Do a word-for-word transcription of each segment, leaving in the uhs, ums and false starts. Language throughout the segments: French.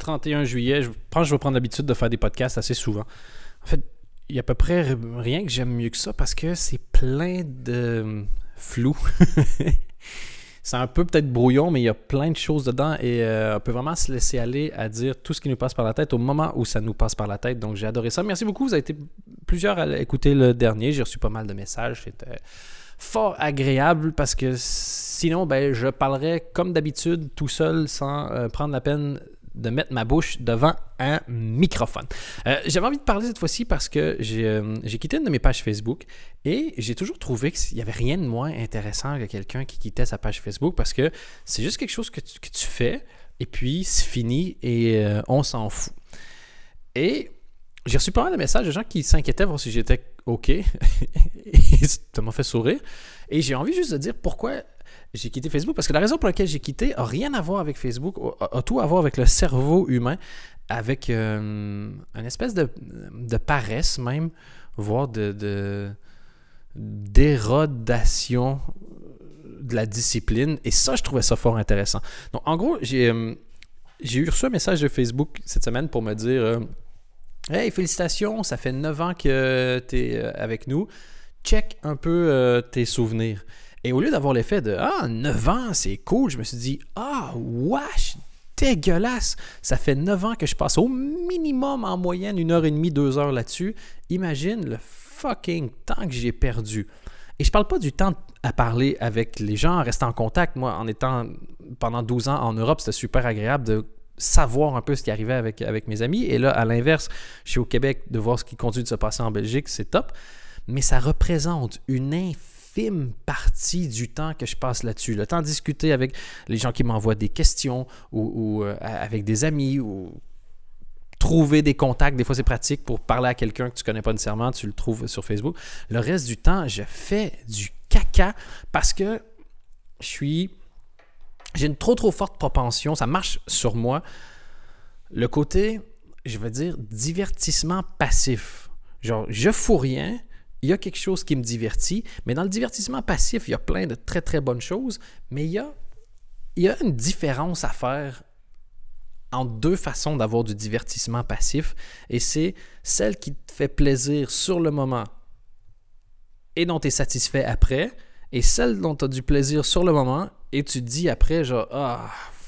trente et un juillet. Je pense que je vais prendre l'habitude de faire des podcasts assez souvent. En fait, il y a à peu près rien que j'aime mieux que ça parce que c'est plein de flou. C'est un peu peut-être brouillon, mais il y a plein de choses dedans et euh, on peut vraiment se laisser aller à dire tout ce qui nous passe par la tête au moment où ça nous passe par la tête. Donc, j'ai adoré ça. Merci beaucoup. Vous avez été plusieurs à écouter le dernier. J'ai reçu pas mal de messages. C'était fort agréable parce que sinon, ben, je parlerais comme d'habitude tout seul sans euh, prendre la peine de mettre ma bouche devant un microphone. Euh, j'avais envie de parler cette fois-ci parce que j'ai, euh, j'ai quitté une de mes pages Facebook et j'ai toujours trouvé qu'il n'y avait rien de moins intéressant que quelqu'un qui quittait sa page Facebook parce que c'est juste quelque chose que tu, que tu fais et puis c'est fini et euh, on s'en fout. Et j'ai reçu pas mal de messages de gens qui s'inquiétaient voir si j'étais OK et ça m'a fait sourire. Et j'ai envie juste de dire pourquoi j'ai quitté Facebook, parce que la raison pour laquelle j'ai quitté n'a rien à voir avec Facebook, a, a tout à voir avec le cerveau humain, avec euh, une espèce de, de paresse même, voire de, de, d'érodation de la discipline. Et ça, je trouvais ça fort intéressant. Donc, en gros, j'ai, euh, j'ai eu reçu un message de Facebook cette semaine pour me dire euh, « Hey, félicitations, ça fait neuf ans que tu es avec nous. Check un peu euh, tes souvenirs. » Et au lieu d'avoir l'effet de « Ah, neuf ans, c'est cool », je me suis dit « Ah, wesh, dégueulasse! Ça fait neuf ans que je passe au minimum en moyenne une heure et demie, deux heures là-dessus. Imagine le fucking temps que j'ai perdu. » Et je parle pas du temps à parler avec les gens, à rester en contact. Moi, en étant pendant douze ans en Europe, c'était super agréable de savoir un peu ce qui arrivait avec, avec mes amis. Et là, à l'inverse, je suis au Québec, de voir ce qui continue de se passer en Belgique, c'est top. Mais ça représente une infime partie du temps que je passe là-dessus. Le temps de discuter avec les gens qui m'envoient des questions ou, ou euh, avec des amis ou trouver des contacts. Des fois, c'est pratique pour parler à quelqu'un que tu ne connais pas nécessairement. Tu le trouves sur Facebook. Le reste du temps, je fais du caca parce que je suis... J'ai une trop, trop forte propension. Ça marche sur moi. Le côté, je vais dire, divertissement passif. Genre, je fous rien. Il y a quelque chose qui me divertit, mais dans le divertissement passif, il y a plein de très, très bonnes choses, mais il y a, il y a une différence à faire entre deux façons d'avoir du divertissement passif, et c'est celle qui te fait plaisir sur le moment et dont tu es satisfait après, et celle dont tu as du plaisir sur le moment et tu te dis après, genre, ah,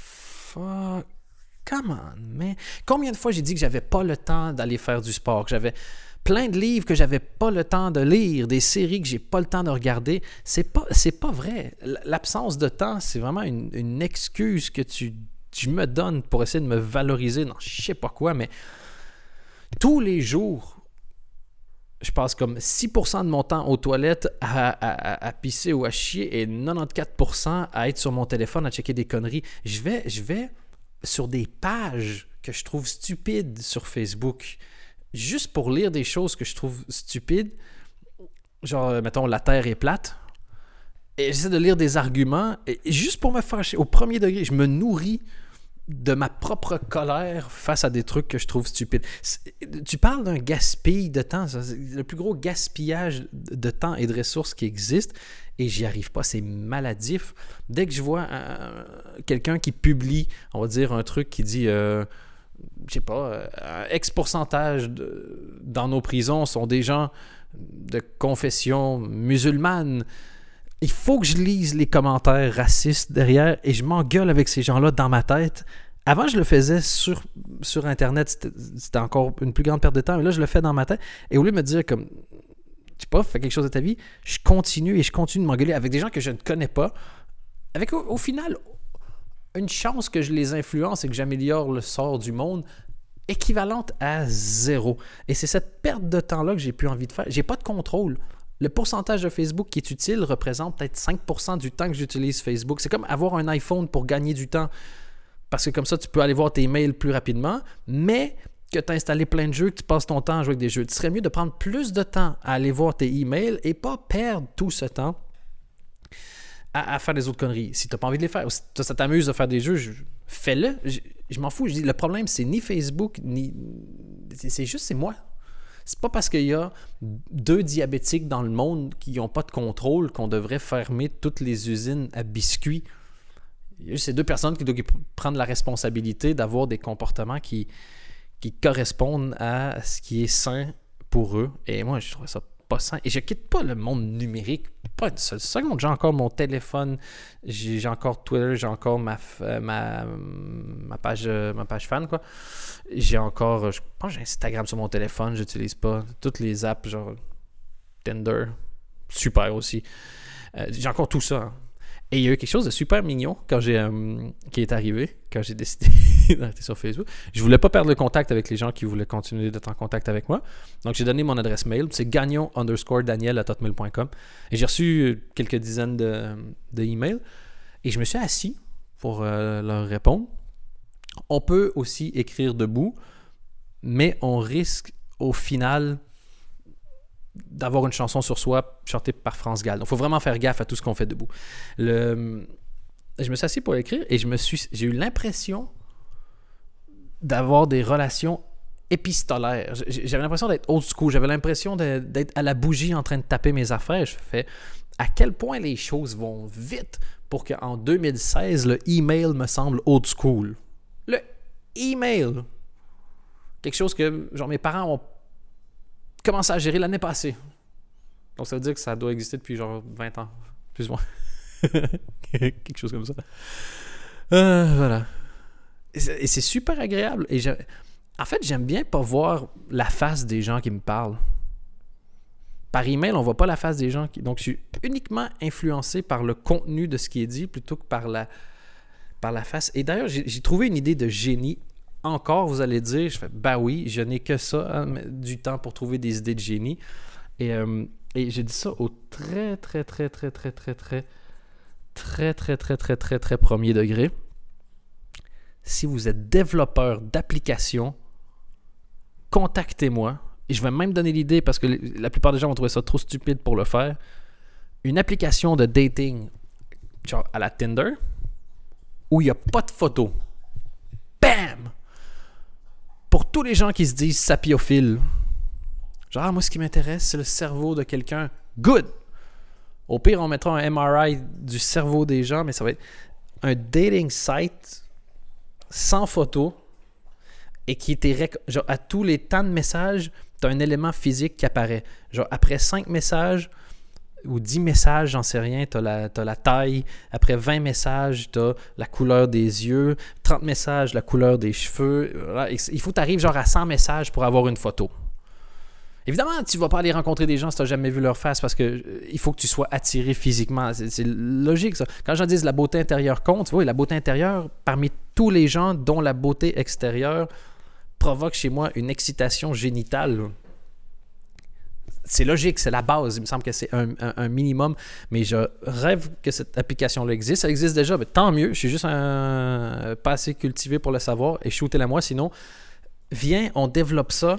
fuck, come on, man. Combien de fois j'ai dit que j'avais pas le temps d'aller faire du sport, que j'avais plein de livres que j'avais pas le temps de lire, des séries que j'ai pas le temps de regarder. C'est pas, c'est pas vrai. L'absence de temps, c'est vraiment une, une excuse que tu, tu me donnes pour essayer de me valoriser dans je sais pas quoi, mais tous les jours, je passe comme six pour cent de mon temps aux toilettes à, à, à pisser ou à chier et quatre-vingt-quatorze pour cent à être sur mon téléphone à checker des conneries. Je vais, je vais sur des pages que je trouve stupides sur Facebook, juste pour lire des choses que je trouve stupides, genre, mettons, la Terre est plate, et j'essaie de lire des arguments, et juste pour me fâcher, au premier degré, je me nourris de ma propre colère face à des trucs que je trouve stupides. Tu parles d'un gaspille de temps, ça, c'est le plus gros gaspillage de temps et de ressources qui existe, et j'y arrive pas, c'est maladif. Dès que je vois euh, quelqu'un qui publie, on va dire, un truc qui dit... Euh, je sais pas, un X pourcentage de, dans nos prisons sont des gens de confession musulmane. Il faut que je lise les commentaires racistes derrière et je m'engueule avec ces gens-là dans ma tête. Avant, je le faisais sur, sur Internet, c'était, c'était encore une plus grande perte de temps, mais là, je le fais dans ma tête. Et au lieu de me dire comme, je sais pas, fais quelque chose de ta vie, je continue et je continue de m'engueuler avec des gens que je ne connais pas. Avec, au, au final, une chance que je les influence et que j'améliore le sort du monde équivalente à zéro. Et c'est cette perte de temps-là que j'ai plus envie de faire. J'ai pas de contrôle. Le pourcentage de Facebook qui est utile représente peut-être cinq pour cent du temps que j'utilise Facebook. C'est comme avoir un iPhone pour gagner du temps. Parce que comme ça, tu peux aller voir tes mails plus rapidement, mais que tu as installé plein de jeux, que tu passes ton temps à jouer avec des jeux. Il serait mieux de prendre plus de temps à aller voir tes emails et pas perdre tout ce temps À, à faire des autres conneries. Si tu n'as pas envie de les faire, si ça t'amuse de faire des jeux, je, fais-le. Je, je m'en fous. Je dis, le problème, c'est ni Facebook, ni... C'est, c'est juste, c'est moi. C'est pas parce qu'il y a deux diabétiques dans le monde qui n'ont pas de contrôle qu'on devrait fermer toutes les usines à biscuits. Il y a juste ces deux personnes qui doivent prendre la responsabilité d'avoir des comportements qui, qui correspondent à ce qui est sain pour eux. Et moi, je trouve ça pas sain. Et je quitte pas le monde numérique, pas une seule seconde. J'ai encore mon téléphone, j'ai, j'ai encore Twitter, j'ai encore ma, ma, ma, page, ma page fan, quoi. J'ai encore, je pense que j'ai Instagram sur mon téléphone, j'utilise pas. Toutes les apps, genre Tinder, super aussi. Euh, j'ai encore tout ça, hein. Et il y a eu quelque chose de super mignon quand j'ai euh, qui est arrivé, quand j'ai décidé d'arrêter sur Facebook. Je voulais pas perdre le contact avec les gens qui voulaient continuer d'être en contact avec moi. Donc, j'ai donné mon adresse mail. C'est gagnon underscore daniel à hotmail point com. Et j'ai reçu quelques dizaines de, de emails. Et je me suis assis pour euh, leur répondre. On peut aussi écrire debout, mais on risque au final d'avoir une chanson sur soi chantée par France Gall. Donc, il faut vraiment faire gaffe à tout ce qu'on fait debout. Le... Je me suis assis pour écrire et je me suis... j'ai eu l'impression d'avoir des relations épistolaires. J'avais l'impression d'être old school. J'avais l'impression de, d'être à la bougie en train de taper mes affaires. Je fais à quel point les choses vont vite pour qu'en deux mille seize, le email me semble old school. Le email. Quelque chose que genre mes parents ont commencé à gérer l'année passée. Donc ça veut dire que ça doit exister depuis genre vingt ans, plus ou moins. Quelque chose comme ça. Euh, voilà. Et c'est, et c'est super agréable. Et je, en fait, j'aime bien pas voir la face des gens qui me parlent. Par email, on voit pas la face des gens. Qui, donc je suis uniquement influencé par le contenu de ce qui est dit plutôt que par la, par la face. Et d'ailleurs, j'ai, j'ai trouvé une idée de génie. Encore, vous allez dire, je fais, bah oui, je n'ai que ça, hein, du temps pour trouver des idées de génie. Et, euh, et j'ai dit ça au très, très, très, très, très, très, très, très, très, très, très, très, très premier degré. Si vous êtes développeur d'applications, contactez-moi. Et je vais même donner l'idée parce que la plupart des gens vont trouver ça trop stupide pour le faire. Une application de dating, genre à la Tinder, où il n'y a pas de photos. Bam! Pour tous les gens qui se disent sapiophiles, genre, ah, moi, ce qui m'intéresse, c'est le cerveau de quelqu'un. Good! Au pire, on mettra un M R I du cerveau des gens, mais ça va être un dating site sans photo et qui était rec- genre à tous les temps de messages, tu as un élément physique qui apparaît. Genre, après cinq messages ou dix messages, j'en sais rien, tu as la, t'as la taille. Après vingt messages, tu as la couleur des yeux. trente messages, la couleur des cheveux. Voilà. Il faut que tu arrives genre à cent messages pour avoir une photo. Évidemment, tu ne vas pas aller rencontrer des gens si tu n'as jamais vu leur face parce qu'il euh, faut que tu sois attiré physiquement. C'est, c'est logique, ça. Quand j'en dis la beauté intérieure compte, oui, la beauté intérieure, parmi tous les gens dont la beauté extérieure provoque chez moi une excitation génitale. C'est logique, c'est la base. Il me semble que c'est un, un, un minimum. Mais je rêve que cette application-là existe. Ça existe déjà, mais tant mieux. Je suis juste un, pas assez cultivé pour le savoir. Et shootez-la moi. Sinon, viens, on développe ça.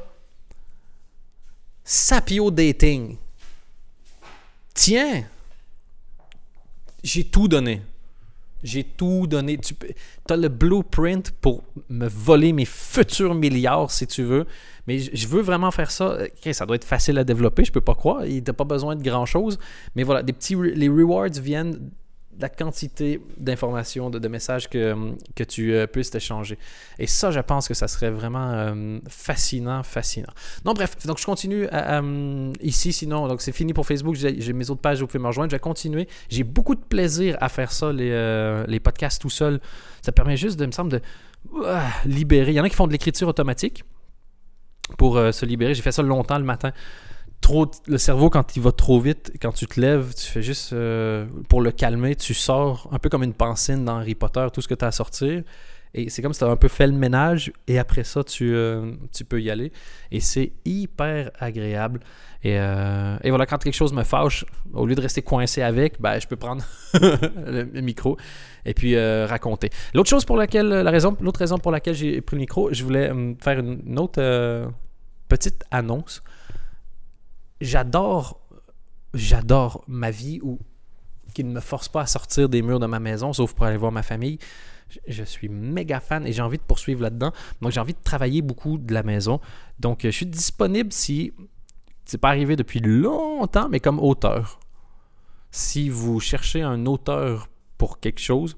Sapio Dating. Tiens, j'ai tout donné. J'ai tout donné. Tu as le blueprint pour me voler mes futurs milliards si tu veux. Mais je veux vraiment faire ça. Okay, ça doit être facile à développer, je peux pas croire. Il n'a pas besoin de grand-chose. Mais voilà, des petits re- les rewards viennent de la quantité d'informations, de, de messages que, que tu euh, puisses t'échanger. Et ça, je pense que ça serait vraiment euh, fascinant, fascinant. Non, bref, donc je continue à, à, ici, sinon, donc c'est fini pour Facebook, j'ai, j'ai mes autres pages, vous pouvez me rejoindre, je vais continuer. J'ai beaucoup de plaisir à faire ça, les, euh, les podcasts tout seul. Ça permet juste, de me semble, de uh, libérer. Il y en a qui font de l'écriture automatique pour euh, se libérer. J'ai fait ça longtemps le matin. Trop, le cerveau, quand il va trop vite, quand tu te lèves, tu fais juste, euh, pour le calmer, tu sors un peu comme une pancine dans Harry Potter, tout ce que tu as à sortir. Et c'est comme si tu as un peu fait le ménage et après ça, tu, euh, tu peux y aller. Et c'est hyper agréable. Et, euh, et voilà, quand quelque chose me fâche, au lieu de rester coincé avec, ben, je peux prendre le, le micro et puis euh, raconter. L'autre chose pour laquelle, la raison, l'autre raison pour laquelle j'ai pris le micro, je voulais euh, faire une, une autre euh, petite annonce. J'adore, j'adore ma vie où, qui ne me force pas à sortir des murs de ma maison, sauf pour aller voir ma famille. Je, je suis méga fan et j'ai envie de poursuivre là-dedans. Donc, j'ai envie de travailler beaucoup de la maison. Donc, je suis disponible si, c'est pas arrivé depuis longtemps, mais comme auteur. Si vous cherchez un auteur pour quelque chose,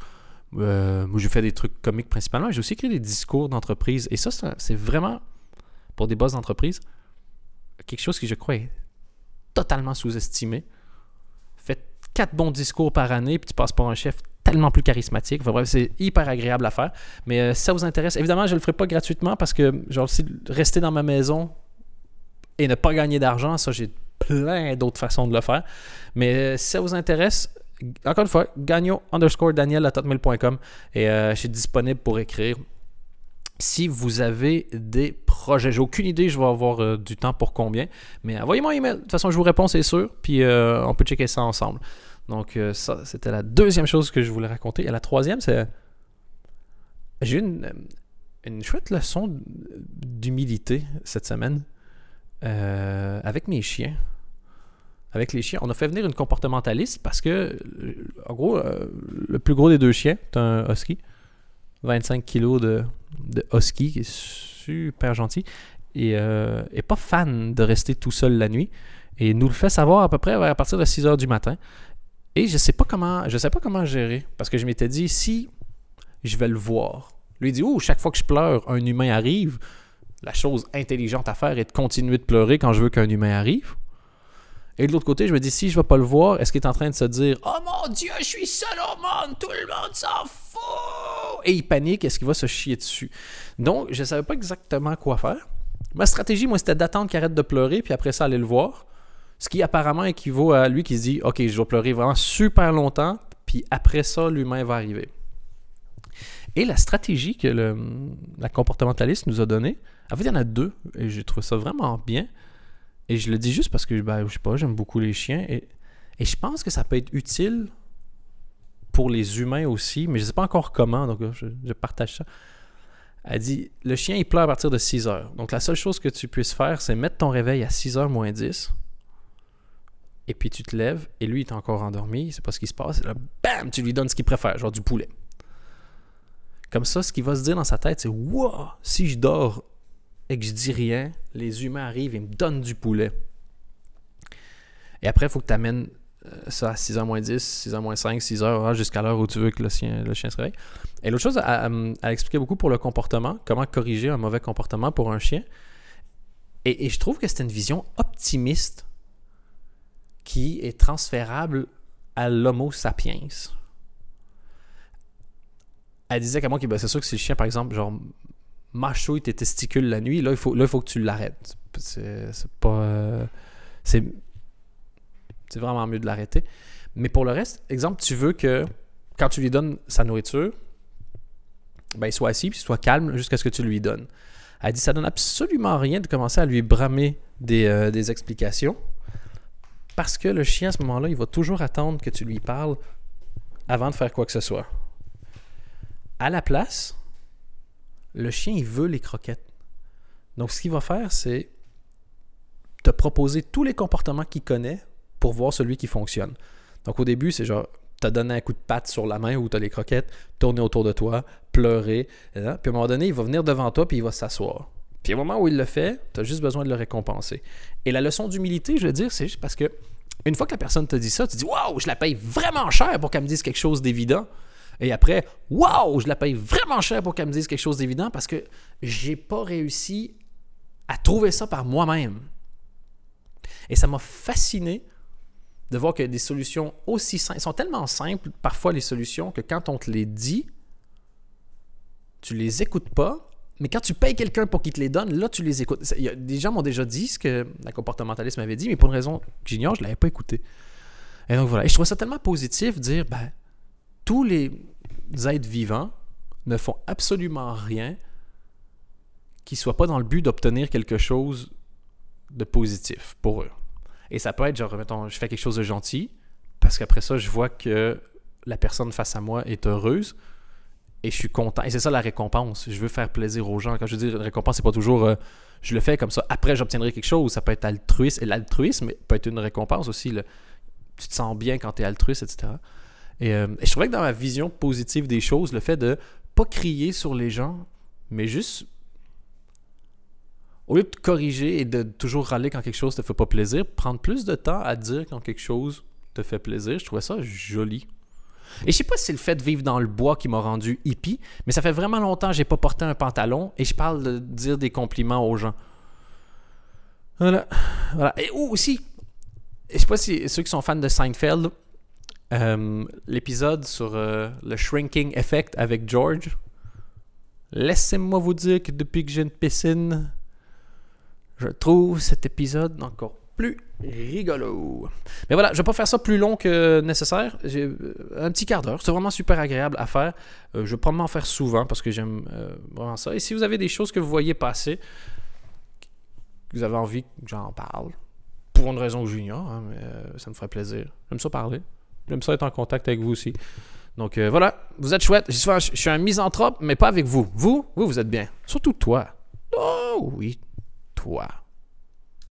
Euh, moi, j'ai fait des trucs comiques principalement. J'ai aussi écrit des discours d'entreprise. Et ça, c'est, un, c'est vraiment, pour des boss d'entreprise, quelque chose qui, je crois, est totalement sous-estimé. Faites quatre bons discours par année, puis tu passes pour un chef tellement plus charismatique. Enfin, bref, c'est hyper agréable à faire. Mais euh, si ça vous intéresse, évidemment, je ne le ferai pas gratuitement parce que, genre, si rester dans ma maison et ne pas gagner d'argent, ça, j'ai plein d'autres façons de le faire. Mais euh, si ça vous intéresse, encore une fois, gagno underscore daniel à hotmail point com et euh, je suis disponible pour écrire. Si vous avez des projets, j'ai aucune idée, je vais avoir euh, du temps pour combien, mais envoyez-moi un email. De toute façon, je vous réponds, c'est sûr, puis euh, on peut checker ça ensemble. Donc, euh, ça, c'était la deuxième chose que je voulais raconter. Et la troisième, c'est... J'ai eu une, une chouette leçon d'humilité cette semaine euh, avec mes chiens. Avec les chiens. On a fait venir une comportementaliste parce que, en gros, euh, le plus gros des deux chiens, c'est un husky. vingt-cinq kilos de, de husky, qui est super gentil. Et euh, est pas fan de rester tout seul la nuit. Et nous le fait savoir à peu près à partir de six heures du matin. Et je sais pas comment, je sais pas comment gérer. Parce que je m'étais dit, si je vais le voir. Lui, il dit, oh, chaque fois que je pleure, un humain arrive. La chose intelligente à faire est de continuer de pleurer quand je veux qu'un humain arrive. Et de l'autre côté, je me dis, si je ne vais pas le voir, est-ce qu'il est en train de se dire « Oh mon Dieu, je suis seul au monde, tout le monde s'en fout! » Et il panique, est-ce qu'il va se chier dessus? Donc, je ne savais pas exactement quoi faire. Ma stratégie, moi, c'était d'attendre qu'il arrête de pleurer, puis après ça, aller le voir. Ce qui apparemment équivaut à lui qui se dit « Ok, je dois pleurer vraiment super longtemps, puis après ça, l'humain va arriver. » Et la stratégie que le, la comportementaliste nous a donnée, en fait, il y en a deux, et j'ai trouvé ça vraiment bien. Et je le dis juste parce que, ben, je sais pas, j'aime beaucoup les chiens. Et, et je pense que ça peut être utile pour les humains aussi, mais je ne sais pas encore comment, donc je, je partage ça. Elle dit, le chien, il pleure à partir de six heures. Donc, la seule chose que tu puisses faire, c'est mettre ton réveil à six heures moins dix. Et puis, tu te lèves, et lui, il est encore endormi, il ne sait pas ce qui se passe. Et là, bam, tu lui donnes ce qu'il préfère, genre du poulet. Comme ça, ce qu'il va se dire dans sa tête, c'est « Wow, si je dors et que je dis rien, les humains arrivent et me donnent du poulet. » Et après, il faut que tu amènes ça à six heures moins dix, six heures moins cinq, six heures, jusqu'à l'heure où tu veux que le chien, le chien se réveille. Et l'autre chose, elle, elle expliquait beaucoup pour le comportement, comment corriger un mauvais comportement pour un chien. Et, et je trouve que c'est une vision optimiste qui est transférable à l'homo sapiens. Elle disait qu'à moi, ben, c'est sûr que si le chien, par exemple, genre, mâchouille tes testicules la nuit, là, il faut, là, il faut que tu l'arrêtes. C'est, c'est pas... Euh, c'est, c'est vraiment mieux de l'arrêter. Mais pour le reste, exemple, tu veux que, quand tu lui donnes sa nourriture, ben, il soit assis puis il soit calme jusqu'à ce que tu lui donnes. Elle dit, ça donne absolument rien de commencer à lui bramer des, euh, des explications parce que le chien, à ce moment-là, il va toujours attendre que tu lui parles avant de faire quoi que ce soit. À la place, le chien, il veut les croquettes. Donc, ce qu'il va faire, c'est te proposer tous les comportements qu'il connaît pour voir celui qui fonctionne. Donc, au début, c'est genre, t'as donné un coup de patte sur la main où t'as les croquettes, tourner autour de toi, pleurer. Hein? Puis à un moment donné, il va venir devant toi puis il va s'asseoir. Puis au moment où il le fait, t'as juste besoin de le récompenser. Et la leçon d'humilité, je veux dire, c'est juste parce que une fois que la personne te dit ça, tu dis « Wow, je la paye vraiment cher pour qu'elle me dise quelque chose d'évident. » Et après, « Wow, je la paye vraiment cher pour qu'elle me dise quelque chose d'évident parce que j'ai pas réussi à trouver ça par moi-même. » Et ça m'a fasciné de voir que des solutions aussi simples, sont tellement simples, parfois les solutions, que quand on te les dit, tu les écoutes pas, mais quand tu payes quelqu'un pour qu'il te les donne, là, tu les écoutes. Il y a, des gens m'ont déjà dit ce que la comportementaliste m'avait dit, mais pour une raison que j'ignore, je ne l'avais pas écouté. Et donc voilà. Et je trouve ça tellement positif de dire, ben, tous les êtres vivants ne font absolument rien qui ne soit pas dans le but d'obtenir quelque chose de positif pour eux. Et ça peut être genre, mettons, je fais quelque chose de gentil, parce qu'après ça, je vois que la personne face à moi est heureuse, et je suis content. Et c'est ça la récompense. Je veux faire plaisir aux gens. Quand je dis récompense, c'est pas toujours euh, je le fais comme ça, après j'obtiendrai quelque chose. Ça peut être altruiste. Et l'altruisme peut être une récompense aussi. Là. Tu te sens bien quand tu es altruiste, et cetera. Et, euh, et je trouvais que dans ma vision positive des choses, le fait de pas crier sur les gens, mais juste, au lieu de te corriger et de toujours râler quand quelque chose te fait pas plaisir, prendre plus de temps à dire quand quelque chose te fait plaisir, je trouvais ça joli. Et je sais pas si c'est le fait de vivre dans le bois qui m'a rendu hippie, mais ça fait vraiment longtemps que j'ai pas porté un pantalon et je parle de dire des compliments aux gens. Voilà. voilà. Et oh, aussi, je sais pas si ceux qui sont fans de Seinfeld, euh, l'épisode sur euh, le shrinking effect avec George, laissez-moi vous dire que depuis que j'ai une piscine, je trouve cet épisode encore plus rigolo. Mais voilà, je vais pas faire ça plus long que nécessaire. J'ai un petit quart d'heure. C'est vraiment super agréable à faire. Euh, je vais probablement en faire souvent parce que j'aime euh, vraiment ça. Et si vous avez des choses que vous voyez passer, que vous avez envie que j'en parle, pour une raison que j'ignore, hein, mais euh, ça me ferait plaisir. J'aime ça parler. J'aime ça être en contact avec vous aussi. Donc euh, voilà, vous êtes chouette. Je suis un misanthrope, mais pas avec vous. Vous, vous, vous êtes bien. Surtout toi. Oh oui, toi.